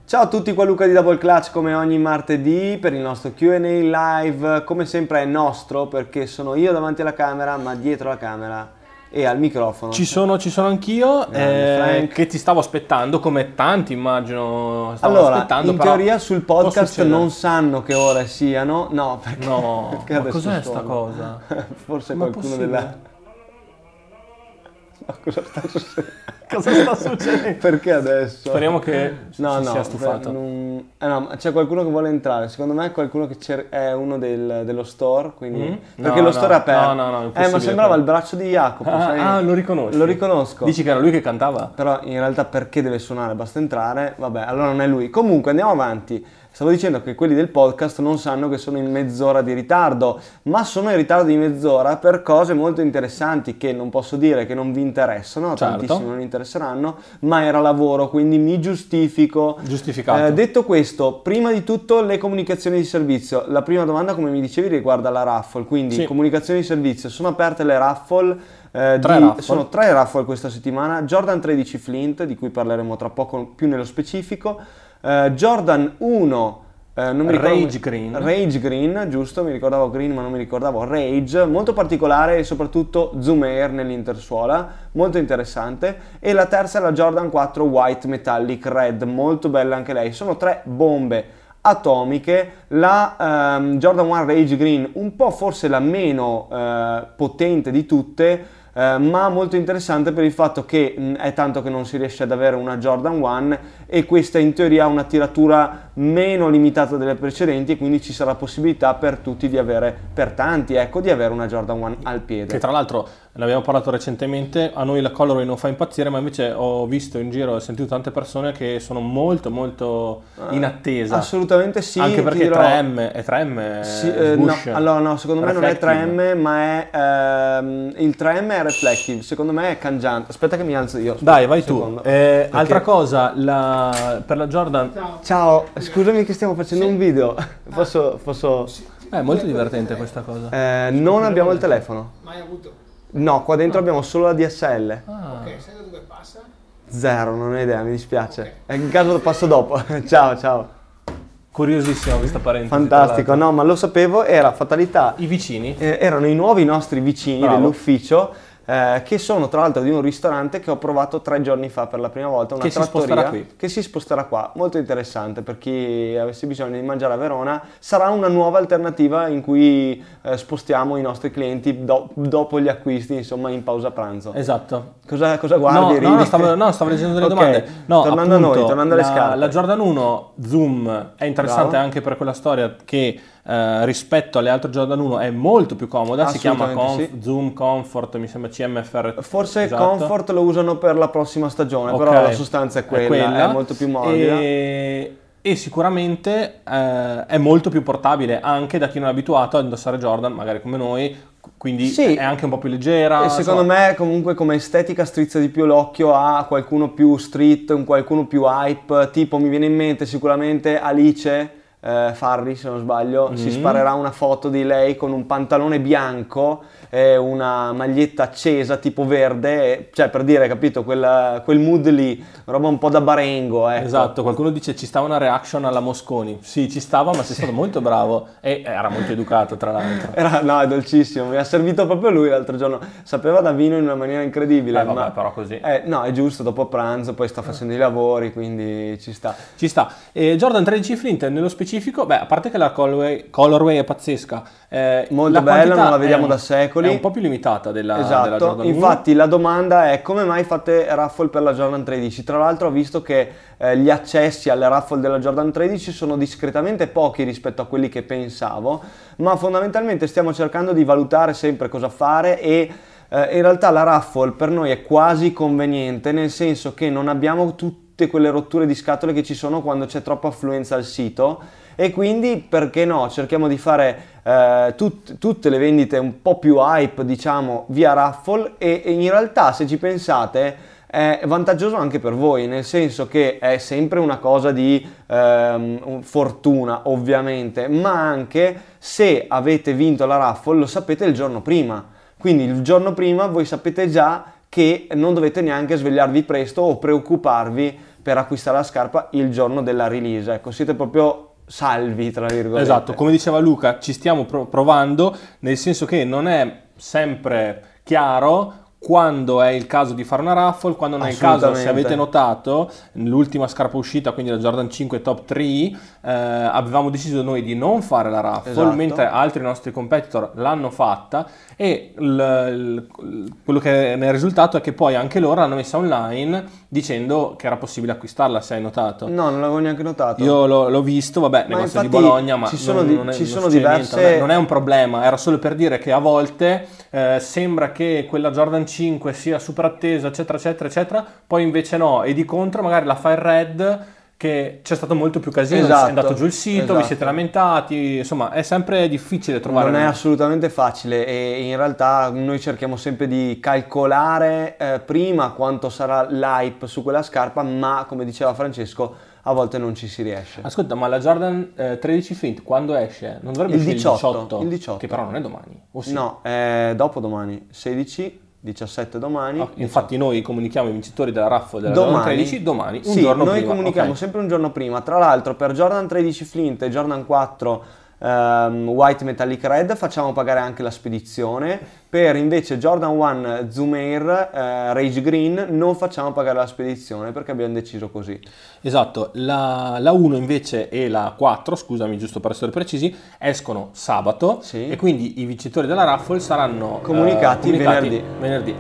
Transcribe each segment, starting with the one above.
Ciao a tutti, qua Luca di Double Clutch come ogni martedì per il nostro Q&A live, come sempre è nostro perché sono io davanti alla camera ma dietro la camera e al microfono. Ci sono anch'io che ti stavo aspettando come tanti immagino stavano aspettando. In teoria sul podcast non sanno che ore siano, no perché, no, perché ma cos'è sta cosa? Forse ma qualcuno della... No, cosa sta succedendo? Cosa sta succedendo? Perché adesso? Speriamo che sia stufato. No, c'è qualcuno che vuole entrare. Secondo me è qualcuno che è uno dello store, quindi perché lo store è aperto. No, ma sembrava il braccio di Jacopo. Lo riconosci? Lo riconosco. Dici che era lui che cantava? Però in realtà perché deve suonare? Basta entrare. Vabbè, allora non è lui. Comunque andiamo avanti. Stavo dicendo che quelli del podcast non sanno che sono in mezz'ora di ritardo, ma sono in ritardo di mezz'ora per cose molto interessanti che non posso dire che non vi interessano, certo. Tantissimi non interesseranno, ma era lavoro, quindi mi giustifico. Giustificato. Detto questo, prima di tutto le comunicazioni di servizio. La prima domanda, come mi dicevi, riguarda la raffle, quindi sì. Comunicazioni di servizio. Sono aperte le raffle. Sono 3 raffle questa settimana. Jordan 13 Flint, di cui parleremo tra poco più nello specifico. Jordan 1 non mi ricordo, Rage Green, giusto, mi ricordavo Green ma non mi ricordavo Rage, molto particolare e soprattutto Zoom Air nell'intersuola, molto interessante. E la terza è la Jordan 4 White Metallic Red, molto bella anche lei. Sono 3 bombe atomiche. La Jordan 1 Rage Green un po' forse la meno potente di tutte, ma molto interessante per il fatto che è tanto che non si riesce ad avere una Jordan 1 e questa in teoria ha una tiratura meno limitata delle precedenti e quindi ci sarà possibilità per tutti di avere, per tanti di avere una Jordan 1 al piede. Che tra l'altro ne abbiamo parlato recentemente, a noi la colorway non fa impazzire, ma invece ho visto in giro e sentito tante persone che sono molto in attesa. Assolutamente sì. Anche perché 3M sì, no, secondo me non è 3M, ma è il 3M è reflective, secondo me è cangiante. Aspetta che mi alzo io. Dai, vai tu. Altra cosa, per la Jordan. Ciao, scusami che stiamo facendo un video. Posso... È molto divertente questa cosa. Non abbiamo il telefono. Mai avuto? No, qua dentro abbiamo solo la DSL. Ok, sai da dove passa? Zero, non ho idea, mi dispiace. In caso passo dopo. Ciao. Curiosissima questa parentesi. Fantastico, no, ma lo sapevo, era fatalità. I vicini? Erano i nuovi nostri vicini. Bravo. Dell'ufficio, che sono tra l'altro di un ristorante che ho provato 3 giorni fa per la prima volta, una trattoria che si sposterà qua. Molto interessante per chi avesse bisogno di mangiare a Verona. Sarà una nuova alternativa in cui spostiamo i nostri clienti dopo gli acquisti, insomma, in pausa pranzo. Esatto. Cosa guardi? No, stavo leggendo delle domande. No, tornando appunto, a noi, tornando alle scarpe. La Jordan 1 Zoom è interessante anche per quella storia che rispetto alle altre Jordan 1 è molto più comoda, si chiama Zoom Comfort, mi sembra CMFR. Forse esatto. Comfort lo usano per la prossima stagione, però la sostanza è quella. È molto più morbida. E sicuramente è molto più portabile anche da chi non è abituato a indossare Jordan, magari come noi, quindi sì. È anche un po' più leggera. E secondo me comunque come estetica strizza di più l'occhio a qualcuno più street, qualcuno più hype, tipo mi viene in mente sicuramente Alice Farri, se non sbaglio, si sparerà una foto di lei con un pantalone bianco e una maglietta accesa tipo verde, cioè per dire, capito, quel mood lì, roba un po' da Barengo, ecco. Esatto, qualcuno dice ci stava una reaction alla Mosconi. Sì, ci stava, ma sei stato molto bravo e era molto educato, tra l'altro. No, è dolcissimo, mi ha servito proprio lui l'altro giorno, sapeva da vino in una maniera incredibile. Vabbè, però così. No, è giusto, dopo pranzo, poi sta facendo i lavori, quindi ci sta. Jordan 13 Flint nello specifico, a parte che la colorway è pazzesca, molto bella, non la vediamo da secoli. È un po' più limitata della Jordan 1. Infatti la domanda è come mai fate raffle per la Jordan 13? Tra l'altro ho visto che gli accessi alle raffle della Jordan 13 sono discretamente pochi rispetto a quelli che pensavo, ma fondamentalmente stiamo cercando di valutare sempre cosa fare e in realtà la raffle per noi è quasi conveniente, nel senso che non abbiamo tutte quelle rotture di scatole che ci sono quando c'è troppa affluenza al sito e quindi perché no, cerchiamo di fare tutte le vendite un po' più hype, diciamo, via raffle e in realtà se ci pensate è vantaggioso anche per voi, nel senso che è sempre una cosa di fortuna ovviamente, ma anche se avete vinto la raffle lo sapete il giorno prima, quindi il giorno prima voi sapete già che non dovete neanche svegliarvi presto o preoccuparvi per acquistare la scarpa il giorno della release. Ecco, siete proprio salvi, tra virgolette. Esatto, come diceva Luca, ci stiamo provando, nel senso che non è sempre chiaro quando è il caso di fare una raffle, quando non è il caso. Se avete notato, l'ultima scarpa uscita, quindi la Jordan 5 Top 3, avevamo deciso noi di non fare la raffle, esatto, mentre altri nostri competitor l'hanno fatta, e quello che ne è risultato è che poi anche loro l'hanno messa online dicendo che era possibile acquistarla. Se hai notato? No, non l'avevo neanche notato. Io l'ho visto, vabbè, negozio di Bologna, ma ci sono diverse... non è un problema, era solo per dire che a volte sembra che quella Jordan 5 sia super attesa, eccetera eccetera eccetera, poi invece no, e di contro magari la Fire Red, che c'è stato molto più casino, esatto, è andato giù il sito, esatto, vi siete lamentati, insomma è sempre difficile trovare. Non è assolutamente facile, e in realtà noi cerchiamo sempre di calcolare prima quanto sarà l'hype su quella scarpa, ma come diceva Francesco, a volte non ci si riesce. Ascolta, ma la Jordan 13 Flint quando esce? Non dovrebbe uscire il 18, che però non è domani, o sì? No, è dopodomani, 16... 17 domani. Infatti noi comunichiamo i vincitori della raffle della Jordan 13 domani, un giorno prima. Noi comunichiamo sempre un giorno prima. Tra l'altro per Jordan 13 Flint e Jordan 4 White Metallic Red facciamo pagare anche la spedizione. Per invece Jordan 1 Zoom Air Rage Green non facciamo pagare la spedizione, perché abbiamo deciso così. Esatto, la 1 invece e la 4, scusami, giusto per essere precisi, escono sabato, sì, e quindi i vincitori della raffle saranno comunicati venerdì.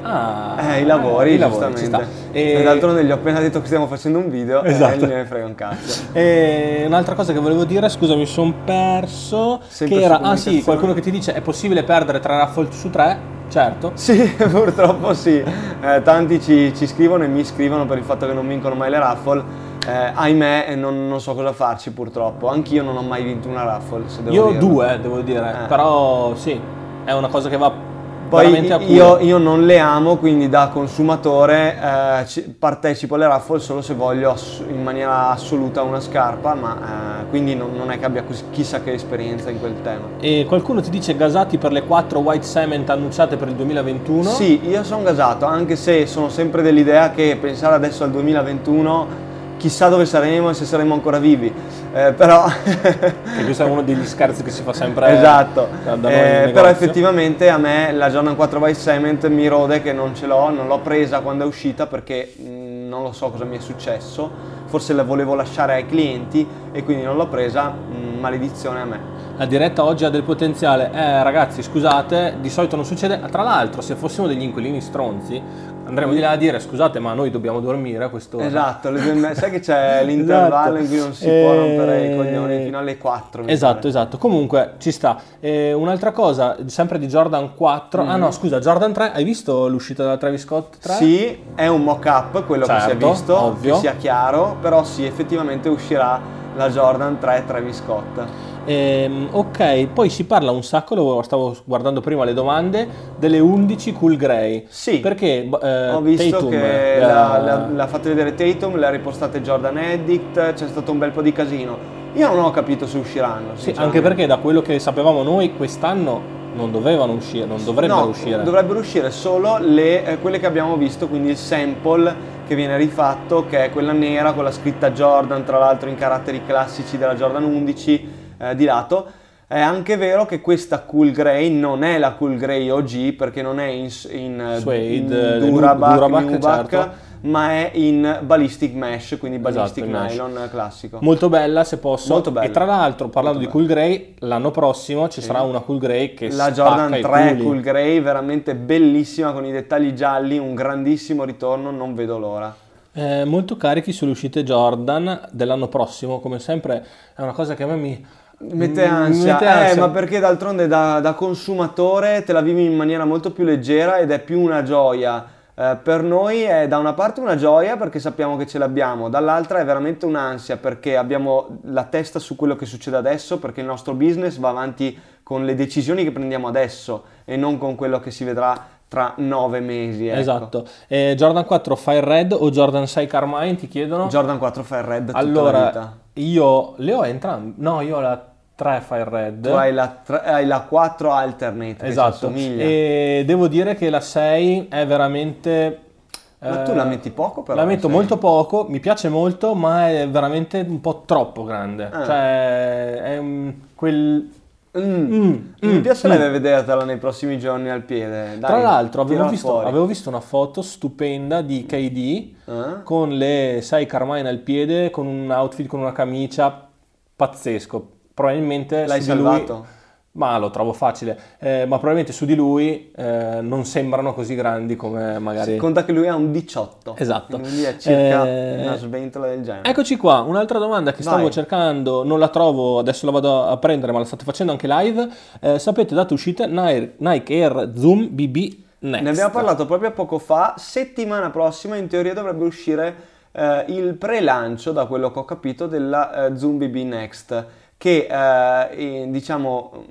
I lavori, giustamente. E d'altronde gli ho appena detto che stiamo facendo un video, esatto, e ne frega un cazzo. E un'altra cosa che volevo dire, scusa, mi sono perso, sempre che era, sì, qualcuno che ti dice è possibile perdere 3 raffle su 3? Certo. Sì, purtroppo sì. Tanti ci scrivono e mi scrivono per il fatto che non vincono mai le raffle. Ahimè, non so cosa farci, purtroppo. Anch'io non ho mai vinto una raffle, se devo Io dirlo. 2, devo dire. Però sì, è una cosa che va poi veramente a cuore. Io non le amo, quindi da consumatore partecipo alle raffle solo se voglio in maniera assoluta una scarpa, ma quindi non è che abbia chissà che esperienza in quel tema. E qualcuno ti dice gasati per le 4 White Cement annunciate per il 2021? Sì, io sono gasato, anche se sono sempre dell'idea che pensare adesso al 2021... chissà dove saremo e se saremo ancora vivi, però... Che questo è uno degli scherzi che si fa sempre, esatto, da noi però effettivamente a me la Jordan 4 White Cement mi rode che non l'ho presa quando è uscita, perché non lo so cosa mi è successo, forse la volevo lasciare ai clienti e quindi non l'ho presa, maledizione a me. La diretta oggi ha del potenziale, ragazzi scusate, di solito non succede, tra l'altro se fossimo degli inquilini stronzi andremo di là a dire scusate ma noi dobbiamo dormire a quest'ora. Esatto, sai che c'è l'intervallo, esatto, in cui non si può rompere i coglioni fino alle 4. Esatto, comunque ci sta. Un'altra cosa, sempre di Jordan 4, no scusa, Jordan 3, hai visto l'uscita della Travis Scott 3? Sì, è un mock-up quello, certo, che si è visto, ovvio, che sia chiaro, però sì, effettivamente uscirà la Jordan 3 Travis Scott. Ok, poi si parla un sacco, stavo guardando prima le domande, delle 11 Cool Grey. Sì, perché ho visto Tatum, che l'ha fatto vedere Tatum, le ha ripostate Jordan Addict, c'è stato un bel po' di casino. Io non ho capito se usciranno. Sì, anche perché da quello che sapevamo noi quest'anno non dovevano uscire, non dovrebbero uscire. Dovrebbero uscire solo quelle che abbiamo visto, quindi il sample che viene rifatto, che è quella nera con la scritta Jordan, tra l'altro in caratteri classici della Jordan 11 di lato. È anche vero che questa Cool Grey non è la Cool Grey OG, perché non è in Suede, Duraback, Nuback, certo, ma è in Ballistic Mesh, quindi Ballistic Nylon classico. Molto bella, se posso. Molto bella. E tra l'altro, parlando di Cool Grey, l'anno prossimo ci sarà una Cool Grey che la Jordan 3 Cool Grey, veramente bellissima, con i dettagli gialli, un grandissimo ritorno, non vedo l'ora. Molto carichi sulle uscite Jordan dell'anno prossimo, come sempre è una cosa che a me mi mette ansia. Ma perché d'altronde da consumatore te la vivi in maniera molto più leggera ed è più una gioia. Per noi è da una parte una gioia perché sappiamo che ce l'abbiamo, dall'altra è veramente un'ansia perché abbiamo la testa su quello che succede adesso, perché il nostro business va avanti con le decisioni che prendiamo adesso e non con quello che si vedrà tra 9 mesi. Ecco. Esatto. Jordan 4 Fire Red o Jordan 6 Carmine, ti chiedono? Jordan 4 Fire Red tutta allora, la vita. Io le ho entrambe. No, io ho la 3 Fire Red. Tu hai la 4 Alternate, esatto, che ci assomiglia. E devo dire che la 6 è veramente Ma tu la metti poco però? La metto molto poco, mi piace molto, ma è veramente un po' troppo grande. Cioè, è quel... Mi piacerebbe vedertela nei prossimi giorni al piede. Dai, tra l'altro avevo visto una foto stupenda di KD con le 6 Carmine al piede, con un outfit, con una camicia, pazzesco. Probabilmente l'hai salvato? Ma lo trovo facile, ma probabilmente su di lui non sembrano così grandi come magari... Si conta che lui ha un 18. Esatto. Quindi è circa una sventola del genere. Eccoci qua, un'altra domanda che stavo cercando, non la trovo, adesso la vado a prendere, ma la state facendo anche live. Sapete, data uscita Nike Air Zoom BB Next. Ne abbiamo parlato proprio poco fa. Settimana prossima in teoria dovrebbe uscire il pre-lancio, da quello che ho capito, della Zoom BB Next, che diciamo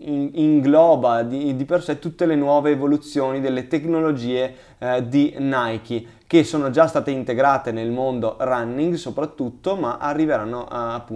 ingloba di per sé tutte le nuove evoluzioni delle tecnologie di Nike, che sono già state integrate nel mondo running soprattutto, ma arrivano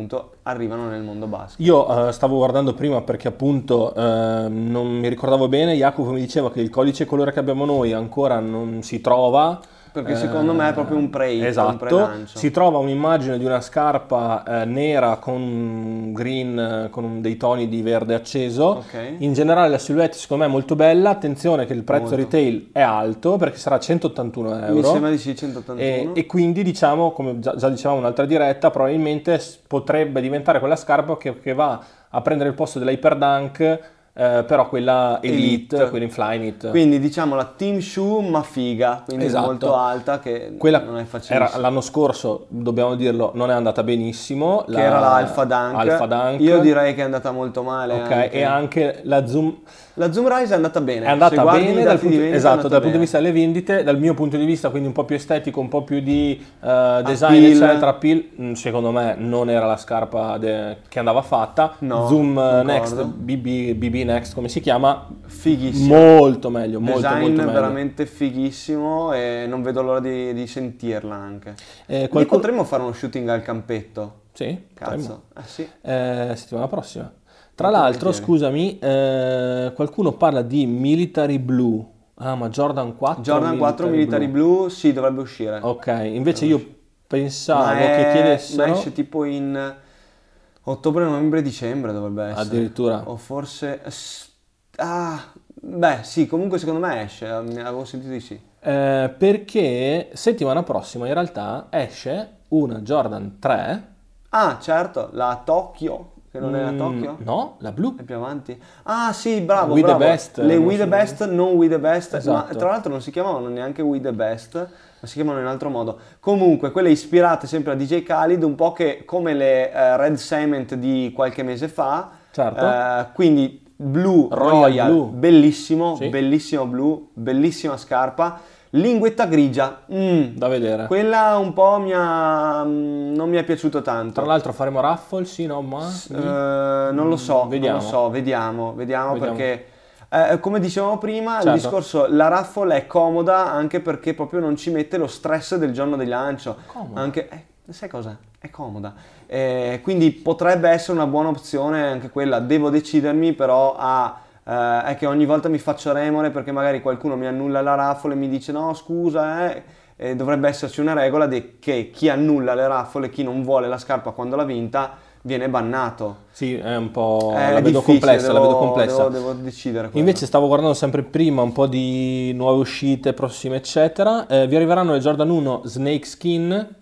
nel mondo basket. Io stavo guardando prima perché appunto non mi ricordavo bene, Jacopo mi diceva che il codice colore che abbiamo noi ancora non si trova. Perché secondo me è proprio un pre-hit, esatto. Un pre-lancio. Si trova un'immagine di una scarpa nera con un green, con dei toni di verde acceso. Okay. In generale la silhouette secondo me è molto bella. Attenzione che il prezzo retail è alto perché sarà 181 euro. Mi sembra di sì, 181. E quindi diciamo, come già dicevamo in un'altra diretta, probabilmente potrebbe diventare quella scarpa che va a prendere il posto dell'Hyperdunk, però quella Elite, quella in Flyknit. Quindi diciamo la team shoe ma figa, quindi esatto. Molto alta, che quella non è facilissima. L'anno scorso, dobbiamo dirlo, non è andata benissimo. Che era la Alpha Dunk. Io direi che è andata molto male. Ok, anche. E anche la Zoom... La Zoom Rise è andata bene. È andata bene dal punto di vista delle vendite, dal mio punto di vista, quindi un po' più estetico, un po' più di design, eccetera, appeal. Secondo me non era la scarpa che andava fatta. No, Zoom concordo. Next, BB Next come si chiama, fighissimo, molto meglio, molto design meglio. Veramente fighissimo, e non vedo l'ora di sentirla anche. Potremmo fare uno shooting al campetto? Sì, cazzo, sì. Settimana prossima. Tra l'altro, scusami, qualcuno parla di Military Blue. Ah, ma Jordan 4? Jordan 4 Military Blue, sì, dovrebbe uscire. Ok, invece io pensavo che chiedessero... Ma esce tipo in ottobre, novembre, dicembre dovrebbe essere. Addirittura. O forse... beh, sì, comunque secondo me esce, avevo sentito di sì. Perché settimana prossima in realtà esce una Jordan 3. Ah, certo, la Tokyo. Che non è la Tokyo? No, la blu. È più avanti. Ah sì, bravo, We bravo. the Best. Le We the Best, non We the Best. Esatto. Ma tra l'altro non si chiamavano neanche We the Best, ma si chiamano in altro modo. Comunque, quelle ispirate sempre a DJ Khaled, un po' che come le Red Cement di qualche mese fa. Certo. Quindi blu, Royal Blue. Bellissimo, sì. Bellissimo blu, bellissima scarpa. Linguetta grigia, da vedere. Quella un po' non mi è piaciuto tanto. Tra l'altro faremo raffle, sì, no, ma... non lo so, vediamo. Vediamo perché come dicevamo prima, certo. Il discorso, la raffle è comoda anche perché proprio non ci mette lo stress del giorno di lancio. Comoda. Anche, sai cosa? È comoda. Quindi potrebbe essere una buona opzione anche quella. Devo decidermi però è che ogni volta mi faccio remore perché magari qualcuno mi annulla la raffle e mi dice no scusa, dovrebbe esserci una regola che chi annulla le raffle e chi non vuole la scarpa quando l'ha vinta viene bannato. Sì, è un po'... la vedo complessa. Devo decidere quello. Invece stavo guardando sempre prima un po' di nuove uscite prossime eccetera. Vi arriveranno le Jordan 1 Snake Skin.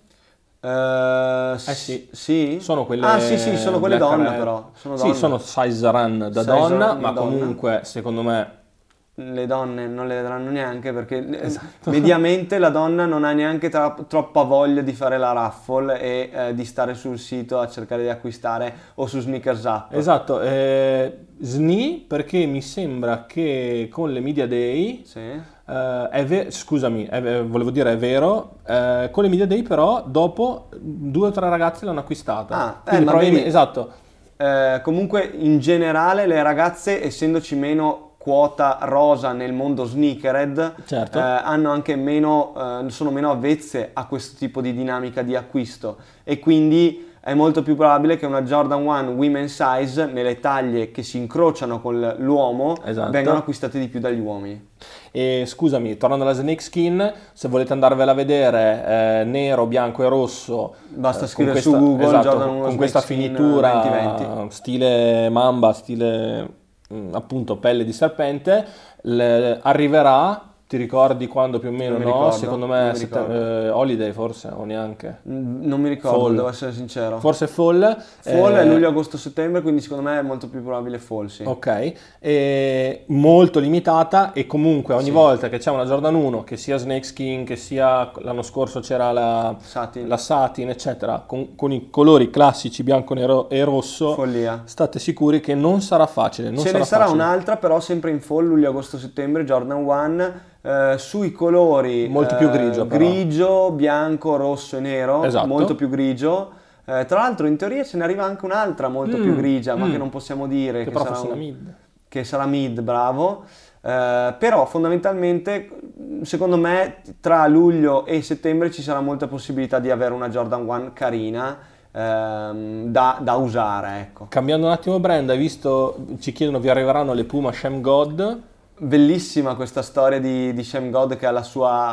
Sì. Sono quelle sì, sono quelle donna però. Sì, sono size run da donna, ma comunque secondo me le donne non le vedranno neanche perché esatto. Mediamente la donna non ha neanche troppa voglia di fare la raffle e di stare sul sito a cercare di acquistare o su Sneakers App. Esatto, SNI perché mi sembra che con le Media Day volevo dire è vero, con le Media Day però dopo 2 o 3 ragazze l'hanno acquistata. Esatto. Comunque in generale le ragazze, essendoci meno quota rosa nel mondo sneakerhead, certo. Hanno anche sono meno avvezze a questo tipo di dinamica di acquisto e quindi è molto più probabile che una Jordan 1 women's size nelle taglie che si incrociano con l'uomo esatto. vengano acquistate di più dagli uomini. E scusami, tornando alla Snakeskin, se volete andarvela a vedere, nero, bianco e rosso, basta scrivere su Google, esatto, con questa finitura 2020. Stile mamba, stile appunto pelle di serpente, arriverà. Ti ricordi quando più o meno? Ricordo, secondo me Holiday forse, o neanche. Non mi ricordo, Fall. devo essere sincero. Forse Fall. Fall è luglio, agosto, settembre, quindi secondo me è molto più probabile Fall, sì. Ok, molto limitata, e comunque ogni volta che c'è una Jordan 1, che sia Snakeskin, che sia l'anno scorso c'era la Satin, eccetera, con i colori classici bianco, nero e rosso, follia. State sicuri che non sarà facile. Ce ne sarà un'altra però sempre in Fall, luglio, agosto, settembre, Jordan 1. Sui colori molto più grigio, bianco, rosso e nero, esatto. Molto più grigio. Tra l'altro in teoria ce ne arriva anche un'altra molto più grigia, ma che non possiamo dire che sarà una mid. Che sarà mid, bravo. Però fondamentalmente secondo me tra luglio e settembre ci sarà molta possibilità di avere una Jordan 1 carina da usare, ecco. Cambiando un attimo brand, hai visto, ci chiedono, vi arriveranno le Puma Sham God? Bellissima questa storia di Sham God che ha la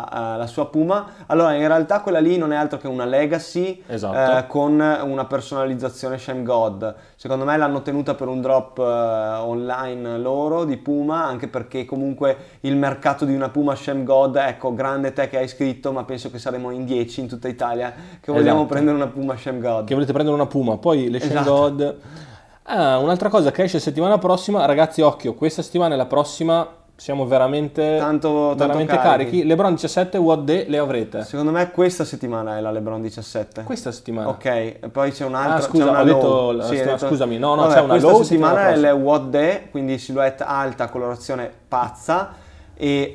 sua Puma. Allora in realtà quella lì non è altro che una legacy, esatto. Con una personalizzazione Sham God. Secondo me l'hanno tenuta per un drop online loro di Puma, anche perché comunque il mercato di una Puma Sham God, ecco, grande te che hai scritto, ma penso che saremo in 10 in tutta Italia che vogliamo prendere una Puma Sham God. Che volete prendere una Puma, poi le Sham God... un'altra cosa che esce settimana prossima, ragazzi, occhio, questa settimana e la prossima siamo veramente tanto carichi. LeBron 17, What Day le avrete? Secondo me questa settimana è la LeBron 17. Questa settimana? Ok, e poi c'è un'altra. Scusa, c'è una scusami, no, vabbè, c'è una questa low settimana è le What Day, quindi silhouette alta, colorazione pazza, e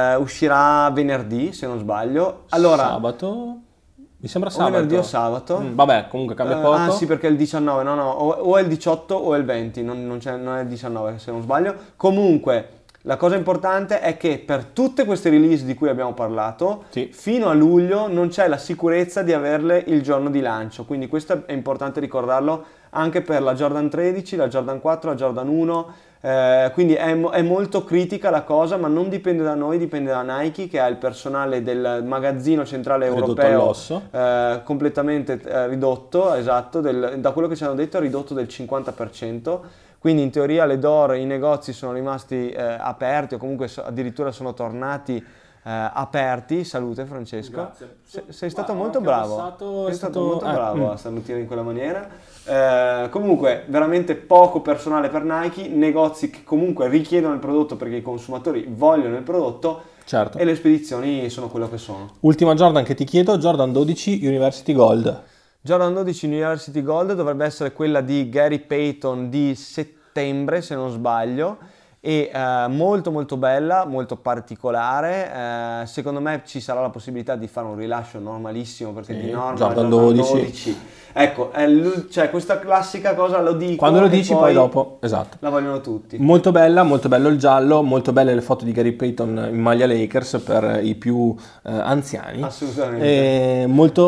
uscirà venerdì se non sbaglio. Allora, sabato? Mi sembra sabato. Venerdì o sabato. Vabbè, comunque cambia poco. Ah sì, perché è il 19, o è il 18 o è il 20, non è il 19 se non sbaglio. Comunque, la cosa importante è che per tutte queste release di cui abbiamo parlato, fino a luglio non c'è la sicurezza di averle il giorno di lancio, quindi questo è importante ricordarlo anche per la Jordan 13, la Jordan 4, la Jordan 1, quindi è molto critica la cosa, ma non dipende da noi, dipende da Nike, che ha il personale del magazzino centrale europeo completamente ridotto, esatto, da quello che ci hanno detto è ridotto del 50%. Quindi in teoria le door, i negozi sono rimasti aperti, o comunque addirittura sono tornati aperti. Salute Francesco. Grazie. Sei stato molto bravo. Sei stato molto bravo a starnutire in quella maniera. Comunque veramente poco personale per Nike, negozi che comunque richiedono il prodotto perché i consumatori vogliono il prodotto. Certo. E le spedizioni sono quello che sono. Ultima Jordan che ti chiedo, Jordan 12 University Gold. Jordan 12 University Gold dovrebbe essere quella di Gary Payton di settembre se non sbaglio, e molto molto bella, molto particolare. Secondo me ci sarà la possibilità di fare un rilascio normalissimo, perché di norma Jordan 12. Ecco, cioè questa classica cosa lo dico. Quando lo dici poi dopo, esatto. La vogliono tutti. Molto bella, molto bello il giallo, molto belle le foto di Gary Payton in maglia Lakers per i più anziani. Assolutamente.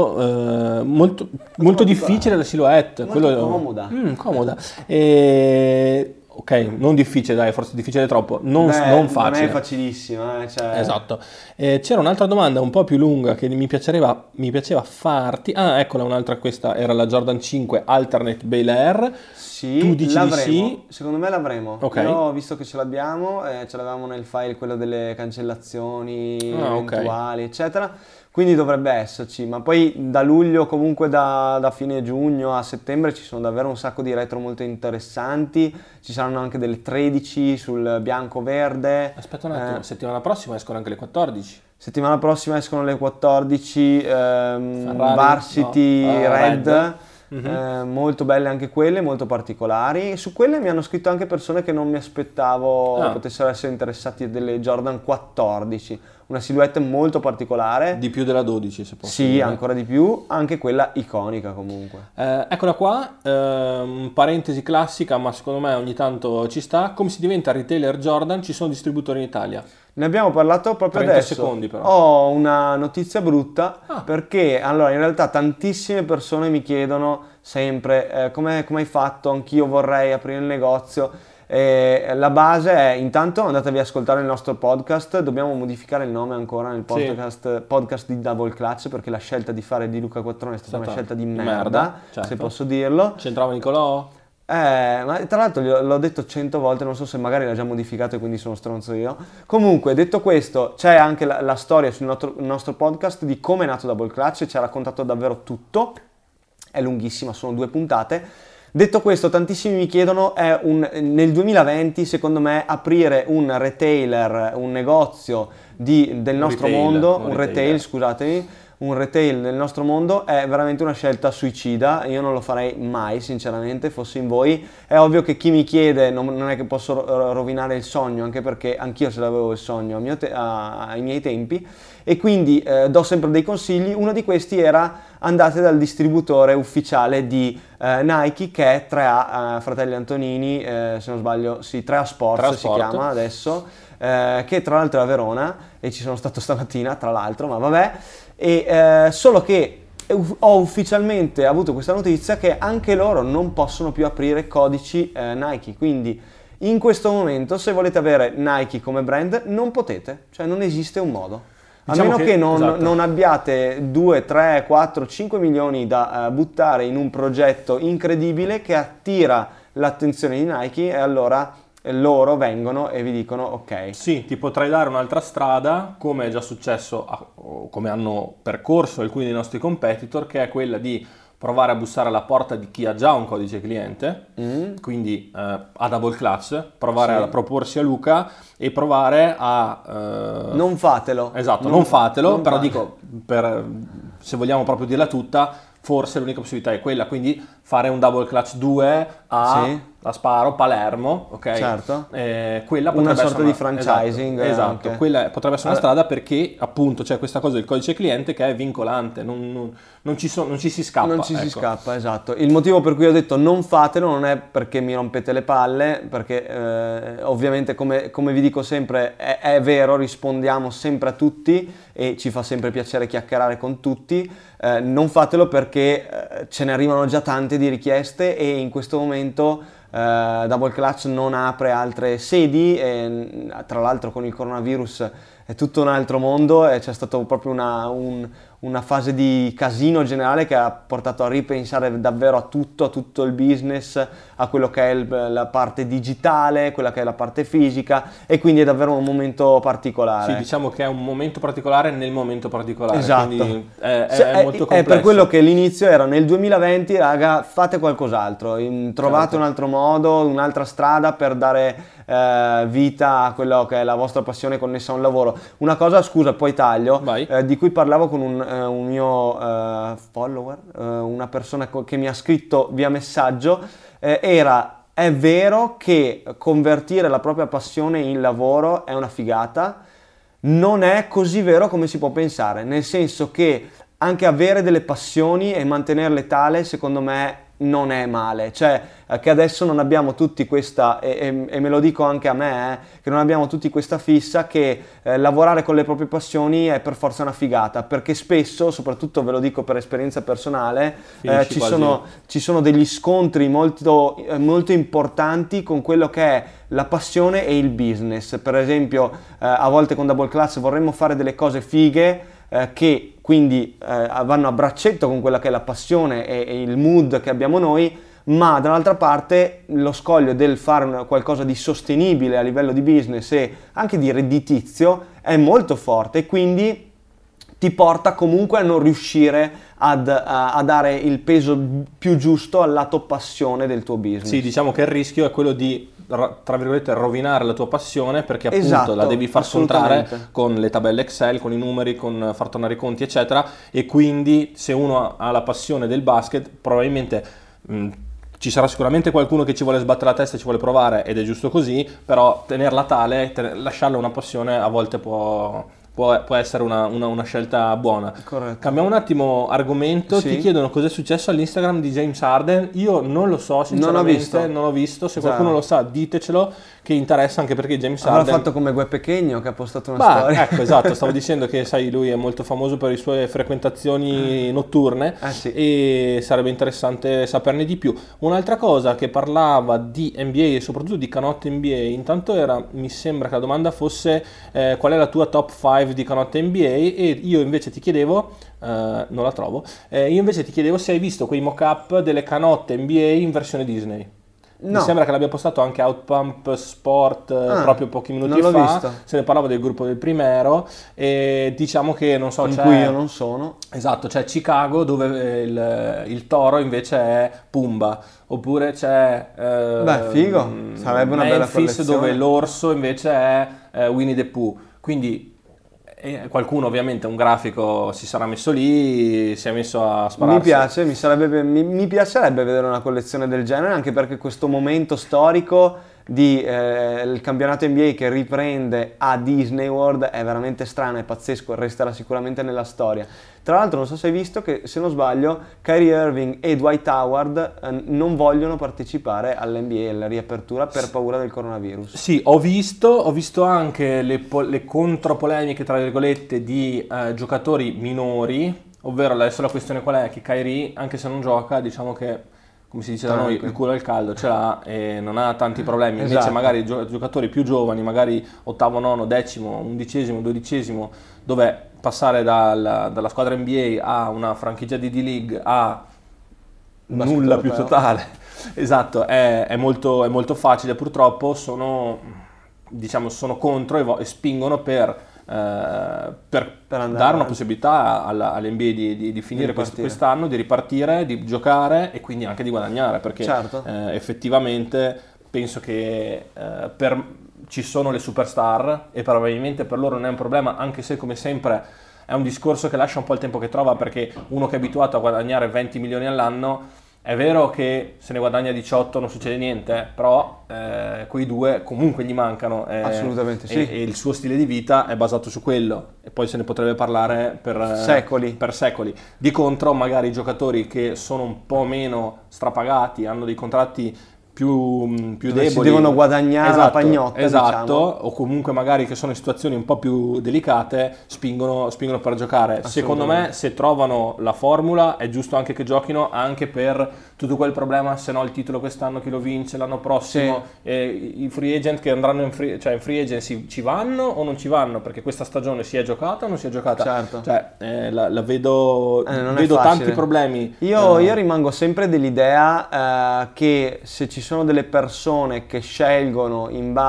Molto difficile la silhouette. Comoda. Comoda. Ok, non difficile, dai, forse difficile troppo, non facile. Non è facilissima, cioè... Esatto. C'era un'altra domanda un po' più lunga che mi piaceva farti. Eccola un'altra, questa era la Jordan 5 Alternate Bel Air. Sì, tu dici l'avremo. Sì? Secondo me l'avremo. Okay. Io ho visto che ce l'abbiamo, ce l'avevamo nel file quello delle cancellazioni eventuali, eccetera. Quindi dovrebbe esserci, ma poi da luglio, comunque da fine giugno a settembre ci sono davvero un sacco di retro molto interessanti, ci saranno anche delle 13 sul bianco-verde. Aspetta un attimo, settimana prossima escono anche le 14. Settimana prossima escono le 14, Varsity Red. Molto belle anche quelle, molto particolari. Su quelle mi hanno scritto anche persone che non mi aspettavo potessero essere interessati delle Jordan 14, una silhouette molto particolare, di più della 12 se posso dire. Ancora di più, anche quella iconica comunque. Eccola qua, parentesi classica, ma secondo me ogni tanto ci sta. Come si diventa retailer Jordan? Ci sono distributori in Italia. Ne abbiamo parlato proprio 30 adesso. secondi però. Ho una notizia brutta perché allora in realtà tantissime persone mi chiedono sempre come hai fatto, anch'io vorrei aprire il negozio. La base è, intanto andatevi ad ascoltare il nostro podcast, dobbiamo modificare il nome ancora nel podcast di Double Clutch, perché la scelta di fare di Luca Quattrone è stata una scelta di merda, certo, se posso dirlo. C'entrava Nicolò? Ma tra l'altro l'ho detto 100 volte, non so se magari l'ha già modificato e quindi sono stronzo io. Comunque, detto questo, c'è anche la storia sul nostro podcast di come è nato Double Clutch, ci ha raccontato davvero tutto, è lunghissima, sono 2 puntate. Detto questo, tantissimi mi chiedono, nel 2020 secondo me aprire un retailer, un negozio del nostro mondo, un retail, scusatemi, un retail nel nostro mondo è veramente una scelta suicida. Io non lo farei mai, sinceramente, fossi in voi. È ovvio che chi mi chiede non è che posso rovinare il sogno, anche perché anch'io ce l'avevo il sogno ai miei tempi, e quindi do sempre dei consigli. Uno di questi era: andate dal distributore ufficiale di Nike, che è 3A Fratelli Antonini, se non sbaglio, sì, 3A Sports si chiama adesso, che tra l'altro è a Verona, e ci sono stato stamattina, tra l'altro, ma vabbè. E solo che ho ufficialmente avuto questa notizia che anche loro non possono più aprire codici Nike, quindi in questo momento, se volete avere Nike come brand, non potete, cioè non esiste un modo. Diciamo, a meno che non abbiate 2, 3, 4, 5 milioni da buttare in un progetto incredibile che attira l'attenzione di Nike, e allora loro vengono e vi dicono ok. Sì, ti potrei dare un'altra strada, come è già successo, come hanno percorso alcuni dei nostri competitor, che è quella di provare a bussare alla porta di chi ha già un codice cliente, quindi a Double Clutch, provare a proporsi a Luca e provare a... Non fatelo. Esatto, non fatelo, però dico, se vogliamo proprio dirla tutta, forse l'unica possibilità è quella, quindi fare un Double Clutch 2 la sparo, Palermo, ok? Certo. Quella una sorta di franchising. Esatto. Quella potrebbe essere una strada, perché appunto c'è questa cosa del codice cliente che è vincolante, non ci si scappa. Non ci si scappa, esatto. Il motivo per cui ho detto non fatelo non è perché mi rompete le palle, perché ovviamente come vi dico sempre è vero, rispondiamo sempre a tutti e ci fa sempre piacere chiacchierare con tutti. Non fatelo perché ce ne arrivano già tante di richieste, e in questo momento Double Clutch non apre altre sedi, e tra l'altro con il coronavirus è tutto un altro mondo, e c'è stato proprio una fase di casino generale che ha portato a ripensare davvero a tutto il business, a quello che è la parte digitale, quella che è la parte fisica, e quindi è davvero un momento particolare. Sì, diciamo che è un momento particolare nel momento particolare. Esatto. Quindi è molto complesso. È per quello che l'inizio era nel 2020, raga, fate qualcos'altro, trovate un altro modo, un'altra strada per dare vita a quello che è la vostra passione connessa a un lavoro. Una cosa, scusa, poi taglio, di cui parlavo con un mio follower, una persona che mi ha scritto via messaggio, è vero che convertire la propria passione in lavoro è una figata, non è così vero come si può pensare, nel senso che anche avere delle passioni e mantenerle tale, secondo me, non è male, cioè che adesso non abbiamo tutti questa, e me lo dico anche a me, che non abbiamo tutti questa fissa che lavorare con le proprie passioni è per forza una figata, perché spesso, soprattutto ve lo dico per esperienza personale, ci sono degli scontri molto, molto importanti con quello che è la passione e il business. Per esempio, a volte con Double Clutch vorremmo fare delle cose fighe, che quindi vanno a braccetto con quella che è la passione e il mood che abbiamo noi, ma dall'altra parte lo scoglio del fare qualcosa di sostenibile a livello di business e anche di redditizio è molto forte, e quindi ti porta comunque a non riuscire a dare il peso più giusto al lato passione del tuo business. Sì, diciamo che il rischio è quello di, tra virgolette, rovinare la tua passione, perché appunto la devi far scontrare con le tabelle Excel, con i numeri, con far tornare i conti, eccetera, e quindi se uno ha la passione del basket, probabilmente ci sarà sicuramente qualcuno che ci vuole sbattere la testa e ci vuole provare, ed è giusto così, però tenerla tale, lasciarla una passione a volte può può essere una scelta buona. Corretto. Cambiamo un attimo argomento, sì. Ti chiedono cos'è successo all'Instagram di James Harden. Io non lo so, sinceramente, non ho visto. Se qualcuno lo sa, ditecelo, che interessa, anche perché James Harden... Avrà fatto come Gue Pechegno, che ha postato una storia. Ecco, esatto, stavo dicendo che, sai, lui è molto famoso per le sue frequentazioni notturne, sì. E sarebbe interessante saperne di più. Un'altra cosa che parlava di NBA e soprattutto di canotte NBA, intanto mi sembra che la domanda fosse qual è la tua top 5 di canotte NBA, e io invece ti chiedevo, non la trovo, io invece ti chiedevo se hai visto quei mock-up delle canotte NBA in versione Disney. No. Mi sembra che l'abbia postato anche Outpump Sport proprio pochi minuti fa. Visto. Se ne parlava del gruppo del Primero, e diciamo che non so, in cui io non sono. Esatto, c'è Chicago dove il toro invece è Pumba, oppure c'è figo, sarebbe una bella collezione. dove l'orso invece è Winnie the Pooh. Quindi qualcuno, ovviamente, un grafico si sarà messo lì, si è messo a spararsi. Mi piace, mi piacerebbe vedere una collezione del genere, anche perché questo momento storico di il campionato NBA che riprende a Disney World è veramente strano, è pazzesco, resterà sicuramente nella storia. Tra l'altro non so se hai visto che, se non sbaglio, Kyrie Irving e Dwight Howard non vogliono partecipare all'NBA, alla riapertura, per paura del coronavirus. Sì, ho visto anche le contropolemiche, tra virgolette, di giocatori minori, ovvero adesso la questione qual è? Che Kyrie, anche se non gioca, diciamo che, come si dice da noi, il culo al caldo ce l'ha e non ha tanti problemi. Invece esatto. magari giocatori più giovani, magari ottavo, nono, decimo, undicesimo, dodicesimo, dove passare dalla squadra NBA a una franchigia di D-League a nulla più totale, esatto, è molto facile. Purtroppo sono contro e spingono per dare una possibilità all'NBA di finire quest'anno, di ripartire, di giocare e quindi anche di guadagnare, perché certo. Effettivamente penso che ci sono le superstar e probabilmente per loro non è un problema, anche se, come sempre, è un discorso che lascia un po' il tempo che trova, perché uno che è abituato a guadagnare 20 milioni all'anno, è vero che se ne guadagna 18 non succede niente, però quei due comunque gli mancano. Assolutamente sì. E il suo stile di vita è basato su quello, e poi se ne potrebbe parlare per secoli. Di contro, magari i giocatori che sono un po' meno strapagati, hanno dei contratti più deboli, si devono guadagnare la pagnotta, esatto, diciamo. O comunque magari che sono in situazioni un po' più delicate, spingono per giocare. Secondo me, se trovano la formula, è giusto anche che giochino, anche per tutto quel problema, se no il titolo quest'anno chi lo vince, l'anno prossimo, i free agent che andranno in free agency ci vanno o non ci vanno, perché questa stagione si è giocata o non si è giocata. Certo. Cioè, la vedo tanti problemi. Io rimango sempre dell'idea che se ci sono delle persone che scelgono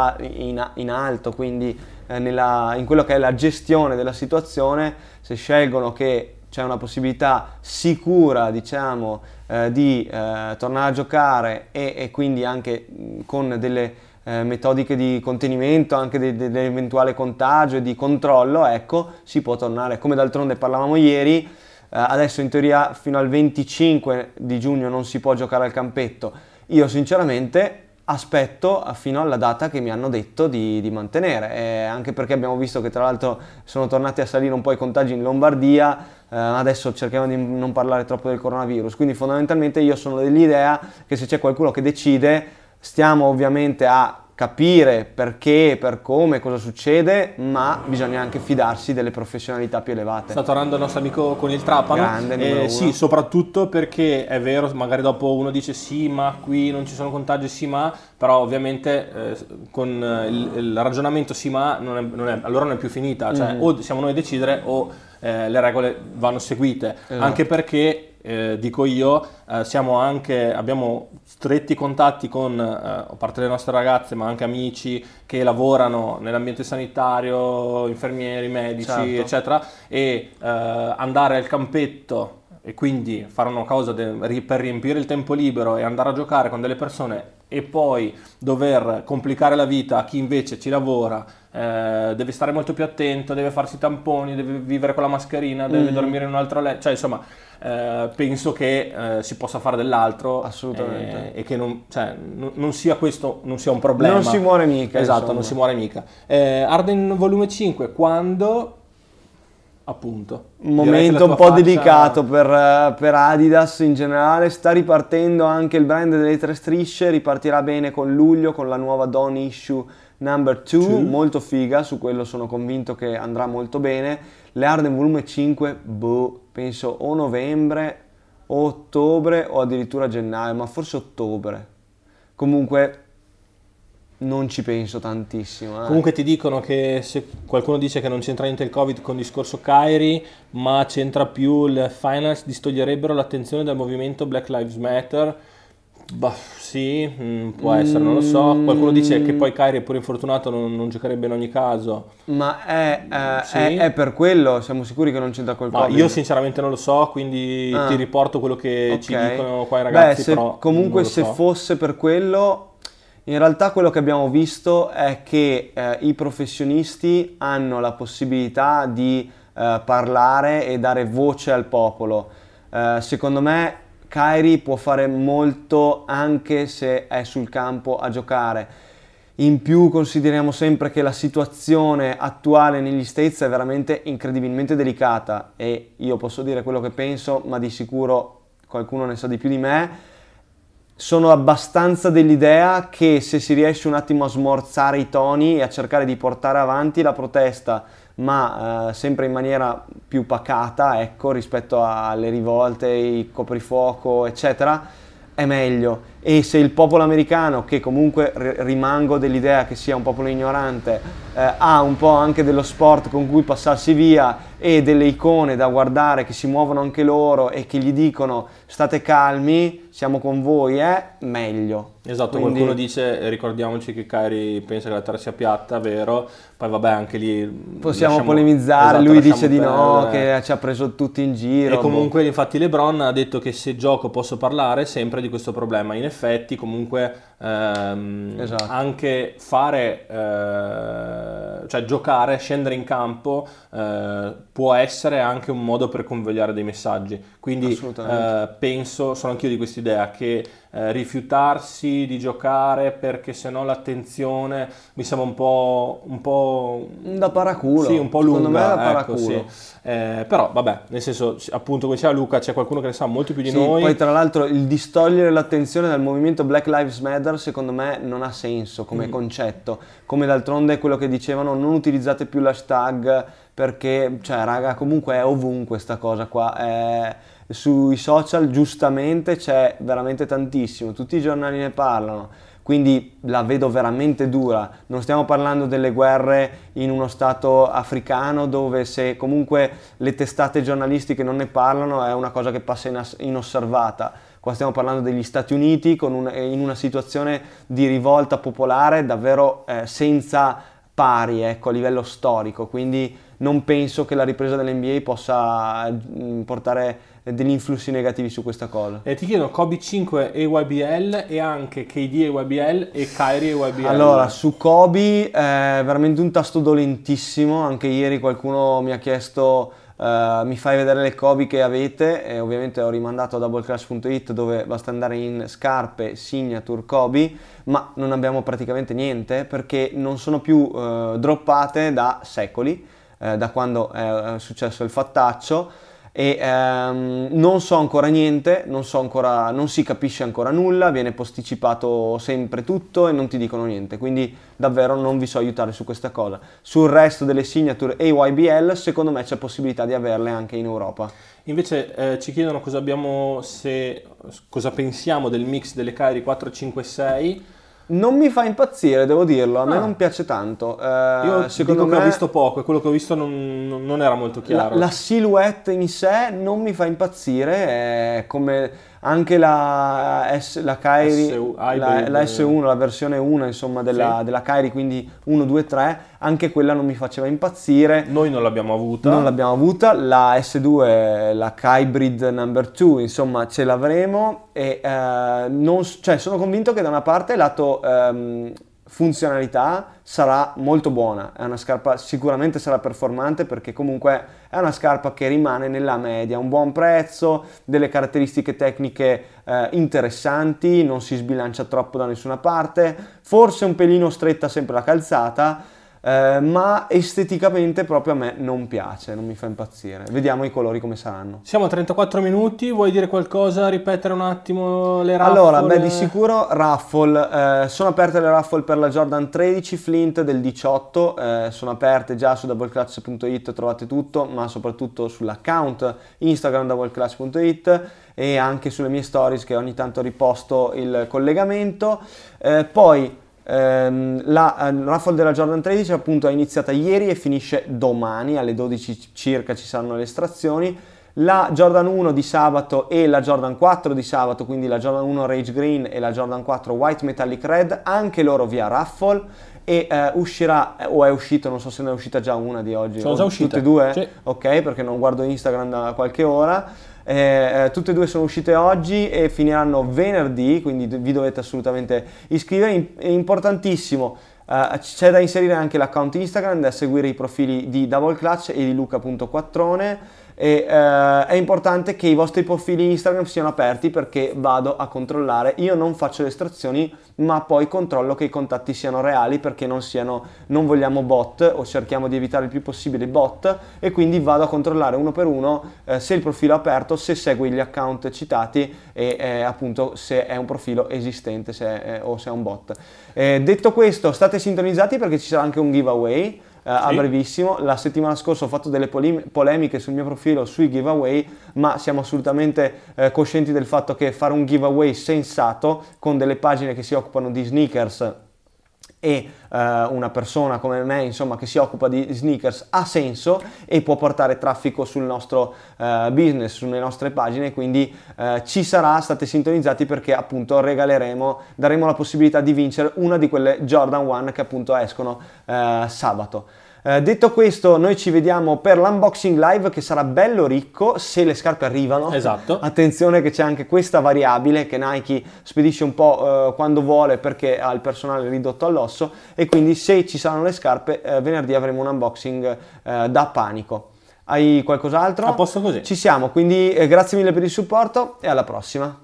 in alto, quindi in quello che è la gestione della situazione, se scelgono che c'è una possibilità sicura, diciamo, di tornare a giocare e quindi anche con delle metodiche di contenimento, anche dell'eventuale contagio e di controllo, ecco, si può tornare. Come d'altronde parlavamo ieri, adesso in teoria fino al 25 di giugno non si può giocare al campetto. Io sinceramente aspetto fino alla data che mi hanno detto di mantenere, anche perché abbiamo visto che tra l'altro sono tornati a salire un po' i contagi in Lombardia, adesso cerchiamo di non parlare troppo del coronavirus, quindi fondamentalmente io sono dell'idea che se c'è qualcuno che decide, stiamo ovviamente a capire perché, per come, cosa succede, ma bisogna anche fidarsi delle professionalità più elevate. Sta tornando il nostro amico con il Trapano. Grande, numero uno. Sì, soprattutto perché è vero, magari dopo uno dice sì, ma qui non ci sono contagi, sì, ma, però ovviamente con il ragionamento sì, ma allora non è più finita, cioè o siamo noi a decidere o le regole vanno seguite, esatto. Anche perché dico io, abbiamo stretti contatti con, a parte le nostre ragazze, ma anche amici che lavorano nell'ambiente sanitario, infermieri, medici, certo. Eccetera, e andare al campetto e quindi fare una cosa per riempire il tempo libero e andare a giocare con delle persone e poi dover complicare la vita a chi invece ci lavora, deve stare molto più attento, deve farsi i tamponi, deve vivere con la mascherina, deve dormire in un altro letto, cioè insomma penso che si possa fare dell'altro. Assolutamente. E che non sia questo, non sia un problema. Non si muore mica. Esatto, insomma. Non si muore mica. Harden volume 5, quando appunto. Un momento un po' delicato per Adidas in generale. Sta ripartendo anche il brand delle 3 strisce, ripartirà bene con luglio con la nuova Dawn Issue Number 2, molto figa, su quello sono convinto che andrà molto bene. Le Harden volume 5, penso o novembre o ottobre o addirittura gennaio, ma forse ottobre. Comunque non ci penso tantissimo. Comunque ti dicono che se qualcuno dice che non c'entra niente il Covid con il discorso Kyrie, ma c'entra più il finance, distoglierebbero l'attenzione dal movimento Black Lives Matter. Sì, può essere, non lo so. Qualcuno dice che poi Kyrie è pure infortunato, non giocherebbe in ogni caso. Ma è per quello? Siamo sicuri che non c'entra col Covid? Io sinceramente non lo so, quindi ti riporto quello che ci dicono qua i ragazzi. Comunque se fosse per quello, in realtà quello che abbiamo visto è che i professionisti hanno la possibilità di parlare e dare voce al popolo. Secondo me Kyrie può fare molto anche se è sul campo a giocare. In più consideriamo sempre che la situazione attuale negli States è veramente incredibilmente delicata e io posso dire quello che penso, ma di sicuro qualcuno ne sa di più di me. Sono abbastanza dell'idea che se si riesce un attimo a smorzare i toni e a cercare di portare avanti la protesta, ma sempre in maniera più pacata, ecco, rispetto alle rivolte, il coprifuoco, eccetera, è meglio. E se il popolo americano, che comunque rimango dell'idea che sia un popolo ignorante, ha un po' anche dello sport con cui passarsi via e delle icone da guardare che si muovono anche loro e che gli dicono state calmi, siamo con voi, è meglio. Esatto, quindi qualcuno dice, ricordiamoci che Kyrie pensa che la terra sia piatta, vero? Poi vabbè, anche lì possiamo polemizzare, lui dice di no, che ci ha preso tutti in giro. E comunque infatti LeBron ha detto che se gioco posso parlare sempre di questo problema. In effetti comunque anche fare, cioè giocare, scendere in campo può essere anche un modo per convogliare dei messaggi. Quindi penso, sono anch'io di quest'idea che rifiutarsi di giocare perché sennò l'attenzione mi sembra un po' da paraculo. Sì, un po' lunga. Secondo me è da paraculo. Ecco, sì. Però vabbè, nel senso, appunto come diceva Luca, c'è qualcuno che ne sa molto più di noi. Poi tra l'altro il distogliere l'attenzione dal movimento Black Lives Matter secondo me non ha senso come concetto, come d'altronde quello che dicevano, non utilizzate più l'hashtag perché, cioè raga, comunque è ovunque sta cosa qua, sui social giustamente c'è veramente tantissimo, tutti i giornali ne parlano, quindi la vedo veramente dura. Non stiamo parlando delle guerre in uno stato africano dove se comunque le testate giornalistiche non ne parlano è una cosa che passa inosservata. Qua stiamo parlando degli Stati Uniti in una situazione di rivolta popolare davvero senza pari, ecco, a livello storico, quindi non penso che la ripresa dell'NBA possa portare degli influssi negativi su questa cosa. E ti chiedono Kobe 5 e YBL e anche KD e YBL e Kyrie e YBL. Allora, su Kobe è veramente un tasto dolentissimo, anche ieri qualcuno mi ha chiesto mi fai vedere le Kobe che avete e ovviamente ho rimandato a doubleclash.it dove basta andare in scarpe signature Kobe, ma non abbiamo praticamente niente perché non sono più droppate da secoli, da quando è successo il fattaccio e non so ancora niente, non si capisce ancora nulla, viene posticipato sempre tutto e non ti dicono niente, quindi davvero non vi so aiutare su questa cosa. Sul resto delle signature e YBL secondo me c'è possibilità di averle anche in Europa. Invece ci chiedono cosa pensiamo del mix delle Kyrie 4-5-6. Non mi fa impazzire, devo dirlo, a me non piace tanto. Io secondo me ho visto poco e quello che ho visto non era molto chiaro. La silhouette in sé non mi fa impazzire, è come anche la Kyrie, la S1, la versione 1 insomma della Kyrie, quindi 1, 2, 3, anche quella non mi faceva impazzire. Noi non l'abbiamo avuta. La S2, la Hybrid number 2, insomma ce l'avremo e sono convinto che da una parte lato funzionalità sarà molto buona, è una scarpa, sicuramente sarà performante perché comunque è una scarpa che rimane nella media, un buon prezzo, delle caratteristiche tecniche interessanti, non si sbilancia troppo da nessuna parte, forse un pelino stretta sempre la calzata, ma esteticamente proprio a me non piace, non mi fa impazzire. Vediamo i colori come saranno. Siamo a 34 minuti, vuoi dire qualcosa, ripetere un attimo le raffle? Allora, di sicuro raffle, sono aperte le raffle per la Jordan 13 Flint del 18, sono aperte già su doubleclutch.it, trovate tutto, ma soprattutto sull'account Instagram doubleclutch.it e anche sulle mie stories che ogni tanto riposto il collegamento. Poi la raffle della Jordan 13 appunto è iniziata ieri e finisce domani alle 12 circa, ci saranno le estrazioni. La Jordan 1 di sabato e la Jordan 4 di sabato, quindi la Jordan 1 Rage Green e la Jordan 4 White Metallic Red, anche loro via raffle, e uscirà, o è uscito, non so se ne è uscita già una di oggi. Sono già uscite. Tutte e due? Sì. Ok, perché non guardo Instagram da qualche ora. Tutte e due sono uscite oggi e finiranno venerdì, quindi vi dovete assolutamente iscrivere. È importantissimo, c'è da inserire anche l'account Instagram, da seguire i profili di Double Clutch e di Luca.quattrone. E è importante che i vostri profili Instagram siano aperti, perché vado a controllare, io non faccio le estrazioni ma poi controllo che i contatti siano reali, perché non vogliamo bot, o cerchiamo di evitare il più possibile bot, e quindi vado a controllare uno per uno se il profilo è aperto, se segui gli account citati e appunto se è un profilo esistente o se è un bot. Detto questo, state sintonizzati perché ci sarà anche un giveaway a brevissimo. La settimana scorsa ho fatto delle polemiche sul mio profilo sui giveaway, ma siamo assolutamente coscienti del fatto che fare un giveaway sensato con delle pagine che si occupano di sneakers e una persona come me, insomma, che si occupa di sneakers ha senso e può portare traffico sul nostro business, sulle nostre pagine, quindi ci sarà, state sintonizzati, perché appunto daremo la possibilità di vincere una di quelle Jordan 1 che appunto escono sabato. Detto questo, noi ci vediamo per l'unboxing live, che sarà bello ricco se le scarpe arrivano. Esatto. Attenzione che c'è anche questa variabile che Nike spedisce un po' quando vuole, perché ha il personale ridotto all'osso, e quindi se ci saranno le scarpe venerdì avremo un unboxing da panico. Hai qualcos'altro? A posto così. Ci siamo, quindi grazie mille per il supporto e alla prossima.